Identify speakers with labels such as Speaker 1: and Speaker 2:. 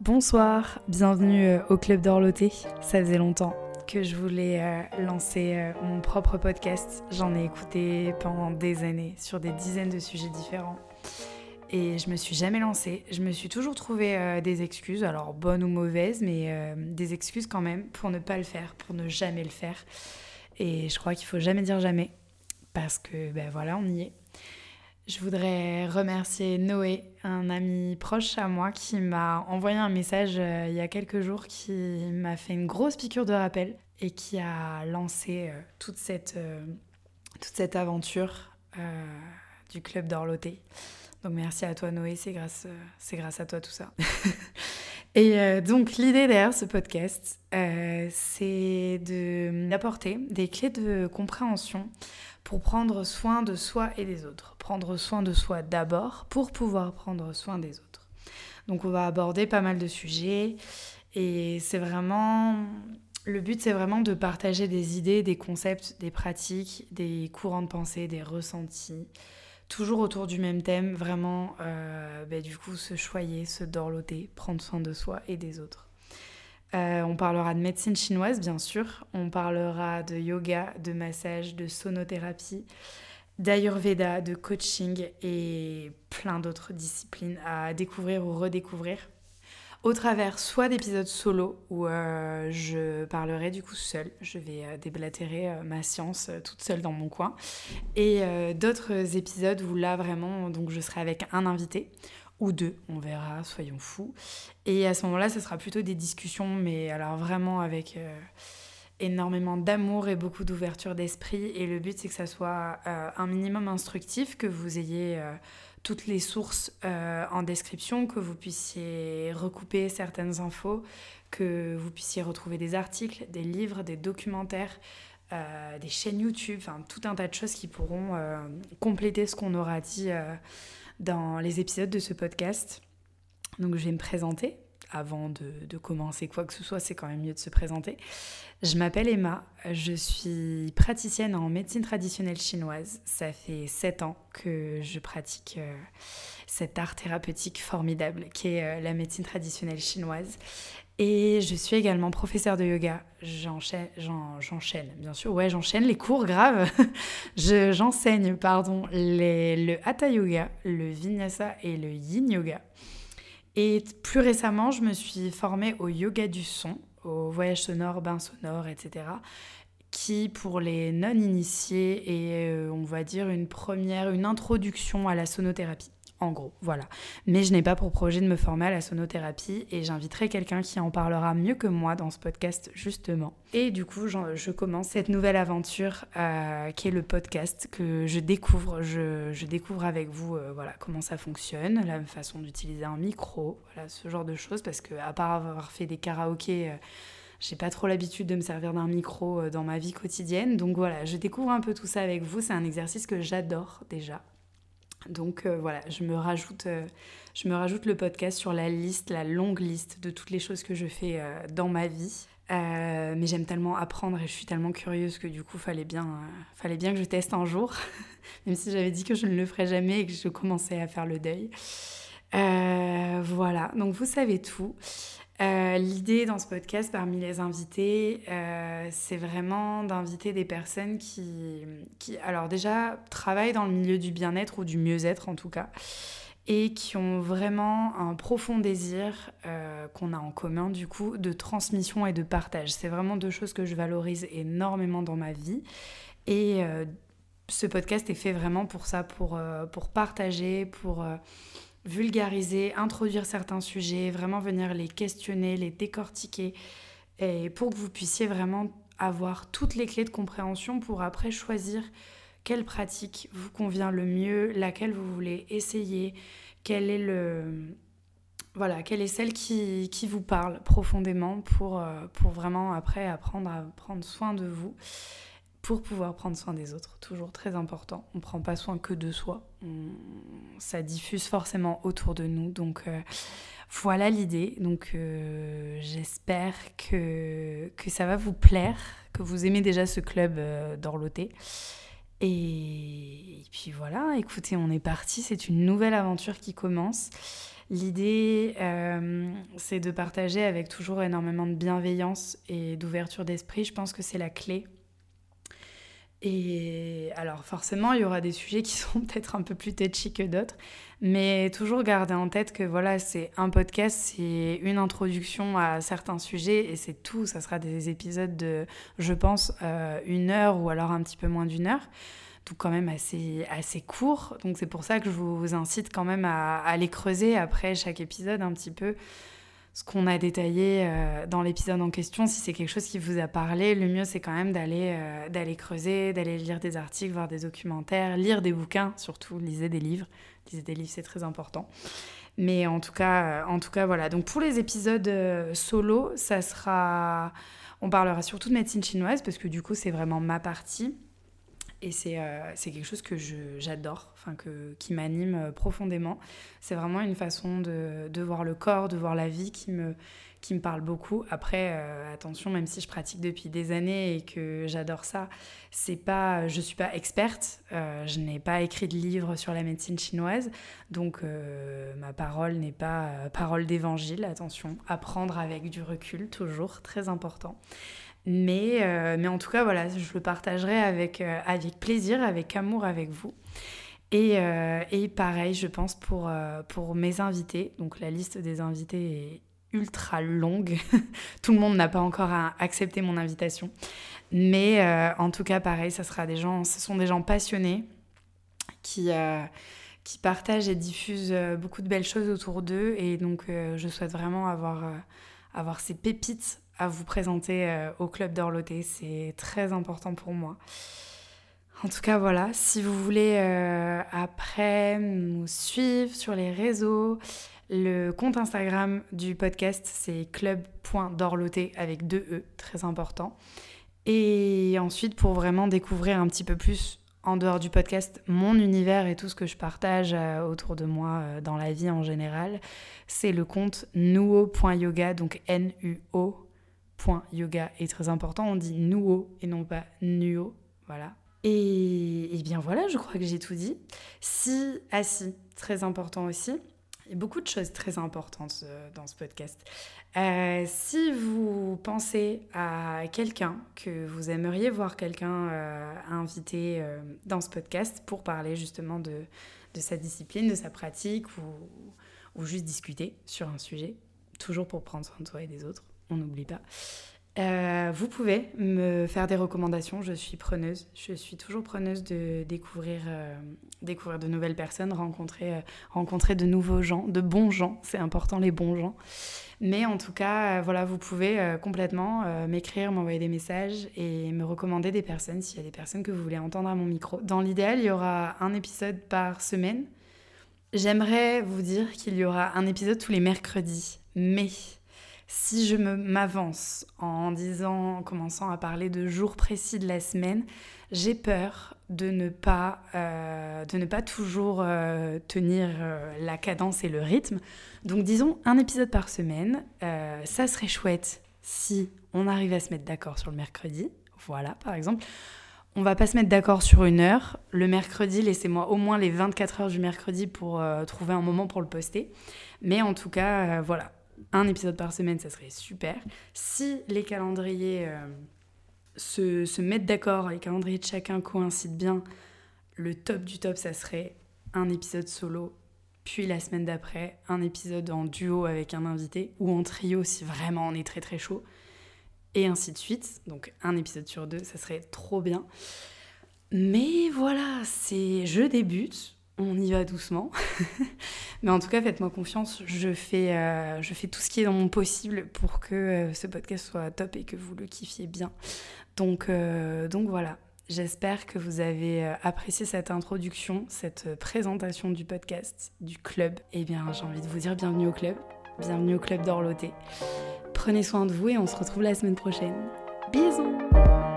Speaker 1: Bonsoir, bienvenue au Club d'Orloté. Ça faisait longtemps que je voulais lancer mon propre podcast. J'en ai écouté pendant des années sur des dizaines de sujets différents. Et je me suis jamais lancée. Je me suis toujours trouvé des excuses, alors bonnes ou mauvaises, mais des excuses quand même pour ne pas le faire, pour ne jamais le faire. Et je crois qu'il faut jamais dire jamais, parce que voilà, on y est. Je voudrais remercier Noé, un ami proche à moi qui m'a envoyé un message il y a quelques jours qui m'a fait une grosse piqûre de rappel et qui a lancé toute cette aventure du Club d'Orloté. Donc merci à toi Noé, c'est grâce à toi tout ça. Et donc l'idée derrière ce podcast, c'est d'apporter des clés de compréhension pour prendre soin de soi et des autres. Prendre soin de soi d'abord pour pouvoir prendre soin des autres. Donc on va aborder pas mal de sujets et le but c'est vraiment de partager des idées, des concepts, des pratiques, des courants de pensée, des ressentis, toujours autour du même thème, vraiment du coup se choyer, se dorloter, prendre soin de soi et des autres. On parlera de médecine chinoise, bien sûr. On parlera de yoga, de massage, de sonothérapie, d'ayurveda, de coaching et plein d'autres disciplines à découvrir ou redécouvrir. Au travers soit d'épisodes solo où je parlerai du coup seule, je vais déblatérer ma science toute seule dans mon coin, et d'autres épisodes où là vraiment donc je serai avec un invité ou deux, on verra, soyons fous. Et à ce moment-là, ça sera plutôt des discussions, mais alors vraiment avec énormément d'amour et beaucoup d'ouverture d'esprit. Et le but, c'est que ça soit un minimum instructif, que vous ayez toutes les sources en description, que vous puissiez recouper certaines infos, que vous puissiez retrouver des articles, des livres, des documentaires, des chaînes YouTube, enfin tout un tas de choses qui pourront compléter ce qu'on aura dit dans les épisodes de ce podcast. Donc je vais me présenter. Avant de commencer quoi que ce soit, c'est quand même mieux de se présenter. Je m'appelle Emma, je suis praticienne en médecine traditionnelle chinoise. Ça fait 7 ans que je pratique cet art thérapeutique formidable qui est la médecine traditionnelle chinoise. Et je suis également professeure de yoga. J'enchaîne, bien sûr. Ouais, j'enchaîne les cours, grave. J'enseigne, le Hatha Yoga, le Vinyasa et le Yin Yoga. Et plus récemment, je me suis formée au yoga du son, au voyage sonore, bain sonore, etc. Qui, pour les non-initiés, est, on va dire, une introduction à la sonothérapie. En gros, voilà. Mais je n'ai pas pour projet de me former à la sonothérapie et j'inviterai quelqu'un qui en parlera mieux que moi dans ce podcast, justement. Et du coup, je commence cette nouvelle aventure qui est le podcast que je découvre. Je découvre avec vous comment ça fonctionne, la façon d'utiliser un micro, voilà, ce genre de choses. Parce qu'à part avoir fait des karaokés, j'ai pas trop l'habitude de me servir d'un micro dans ma vie quotidienne. Donc voilà, je découvre un peu tout ça avec vous. C'est un exercice que j'adore déjà. Donc voilà, je me rajoute le podcast sur la longue liste de toutes les choses que je fais dans ma vie. Mais j'aime tellement apprendre et je suis tellement curieuse que du coup, fallait bien que je teste un jour, même si j'avais dit que je ne le ferais jamais et que je commençais à faire le deuil. Voilà, donc vous savez tout. L'idée dans ce podcast parmi les invités, c'est vraiment d'inviter des personnes qui alors déjà travaillent dans le milieu du bien-être ou du mieux-être en tout cas, et qui ont vraiment un profond désir qu'on a en commun du coup de transmission et de partage. C'est vraiment deux choses que je valorise énormément dans ma vie et ce podcast est fait vraiment pour ça, pour partager, pour vulgariser, introduire certains sujets, vraiment venir les questionner, les décortiquer, et pour que vous puissiez vraiment avoir toutes les clés de compréhension pour après choisir quelle pratique vous convient le mieux, laquelle vous voulez essayer, quelle est celle qui vous parle profondément pour vraiment après apprendre à prendre soin de vous, pour pouvoir prendre soin des autres, toujours très important. On ne prend pas soin que de soi, ça diffuse forcément autour de nous. Donc voilà l'idée. Donc j'espère que ça va vous plaire, que vous aimez déjà ce club d'Orloté. Et puis voilà, écoutez, on est parti, c'est une nouvelle aventure qui commence. L'idée, c'est de partager avec toujours énormément de bienveillance et d'ouverture d'esprit. Je pense que c'est la clé. Et alors forcément, il y aura des sujets qui sont peut-être un peu plus touchy que d'autres, mais toujours garder en tête que voilà, c'est un podcast, c'est une introduction à certains sujets et c'est tout. Ça sera des épisodes de, je pense, 1 heure ou alors un petit peu moins d'1 heure. Donc quand même assez court. Donc c'est pour ça que je vous incite quand même à les creuser après chaque épisode un petit peu. Ce qu'on a détaillé dans l'épisode en question, si c'est quelque chose qui vous a parlé, le mieux c'est quand même d'aller creuser, d'aller lire des articles, voir des documentaires, lire des bouquins, surtout lisez des livres. Lisez des livres, c'est très important. Mais en tout cas voilà. Donc pour les épisodes solo, on parlera surtout de médecine chinoise parce que du coup c'est vraiment ma partie. Et c'est quelque chose que j'adore, qui m'anime profondément. C'est vraiment une façon de voir le corps, de voir la vie qui me parle beaucoup. Après, attention, même si je pratique depuis des années et que j'adore ça, je ne suis pas experte. Je n'ai pas écrit de livre sur la médecine chinoise. Donc, ma parole n'est pas parole d'évangile. Attention, apprendre avec du recul, toujours, très important. Mais en tout cas, voilà, je le partagerai avec plaisir, avec amour avec vous. Et pareil, je pense pour mes invités. Donc la liste des invités est ultra longue. Tout le monde n'a pas encore accepté mon invitation. Mais en tout cas, pareil, ce sont des gens passionnés qui partagent et diffusent beaucoup de belles choses autour d'eux. Et donc, je souhaite vraiment avoir ces pépites à vous présenter au Club d'Orloté. C'est très important pour moi. En tout cas, voilà. Si vous voulez après nous suivre sur les réseaux, le compte Instagram du podcast, c'est club.dorloté avec 2 E, très important. Et ensuite, pour vraiment découvrir un petit peu plus en dehors du podcast, mon univers et tout ce que je partage autour de moi dans la vie en général, c'est le compte nuo.yoga, donc NUO.yoga est très important. On dit nuo et non pas nuo, voilà. Et bien voilà, je crois que j'ai tout dit. Si, très important aussi, il y a beaucoup de choses très importantes dans ce podcast. Si vous pensez à quelqu'un que vous aimeriez voir invité dans ce podcast pour parler justement de sa discipline, de sa pratique ou juste discuter sur un sujet, toujours pour prendre soin de soi et des autres, on n'oublie pas. Vous pouvez me faire des recommandations, je suis preneuse. Je suis toujours preneuse de découvrir de nouvelles personnes, rencontrer de nouveaux gens, de bons gens, c'est important les bons gens. Mais en tout cas, voilà, vous pouvez complètement m'écrire, m'envoyer des messages et me recommander des personnes s'il y a des personnes que vous voulez entendre à mon micro. Dans l'idéal, il y aura un épisode par semaine. J'aimerais vous dire qu'il y aura un épisode tous les mercredis, mais si je m'avance en commençant à parler de jours précis de la semaine, j'ai peur de ne pas toujours tenir la cadence et le rythme. Donc disons un épisode par semaine, ça serait chouette si on arrive à se mettre d'accord sur le mercredi. Voilà, par exemple. On va pas se mettre d'accord sur 1 heure. Le mercredi, laissez-moi au moins les 24 heures du mercredi pour trouver un moment pour le poster. Mais en tout cas, voilà. Un épisode par semaine, ça serait super. Si les calendriers se mettent d'accord, les calendriers de chacun coïncident bien, le top du top, ça serait un épisode solo, puis la semaine d'après, un épisode en duo avec un invité, ou en trio si vraiment on est très très chaud, et ainsi de suite. Donc un épisode sur 2, ça serait trop bien. Mais voilà, je débute. On y va doucement. Mais en tout cas, faites-moi confiance. Je fais tout ce qui est dans mon possible pour que ce podcast soit top et que vous le kiffiez bien. Donc voilà. J'espère que vous avez apprécié cette introduction, cette présentation du podcast, du club. Eh bien, j'ai envie de vous dire bienvenue au club. Bienvenue au Club d'Orloté. Prenez soin de vous et on se retrouve la semaine prochaine. Bisous!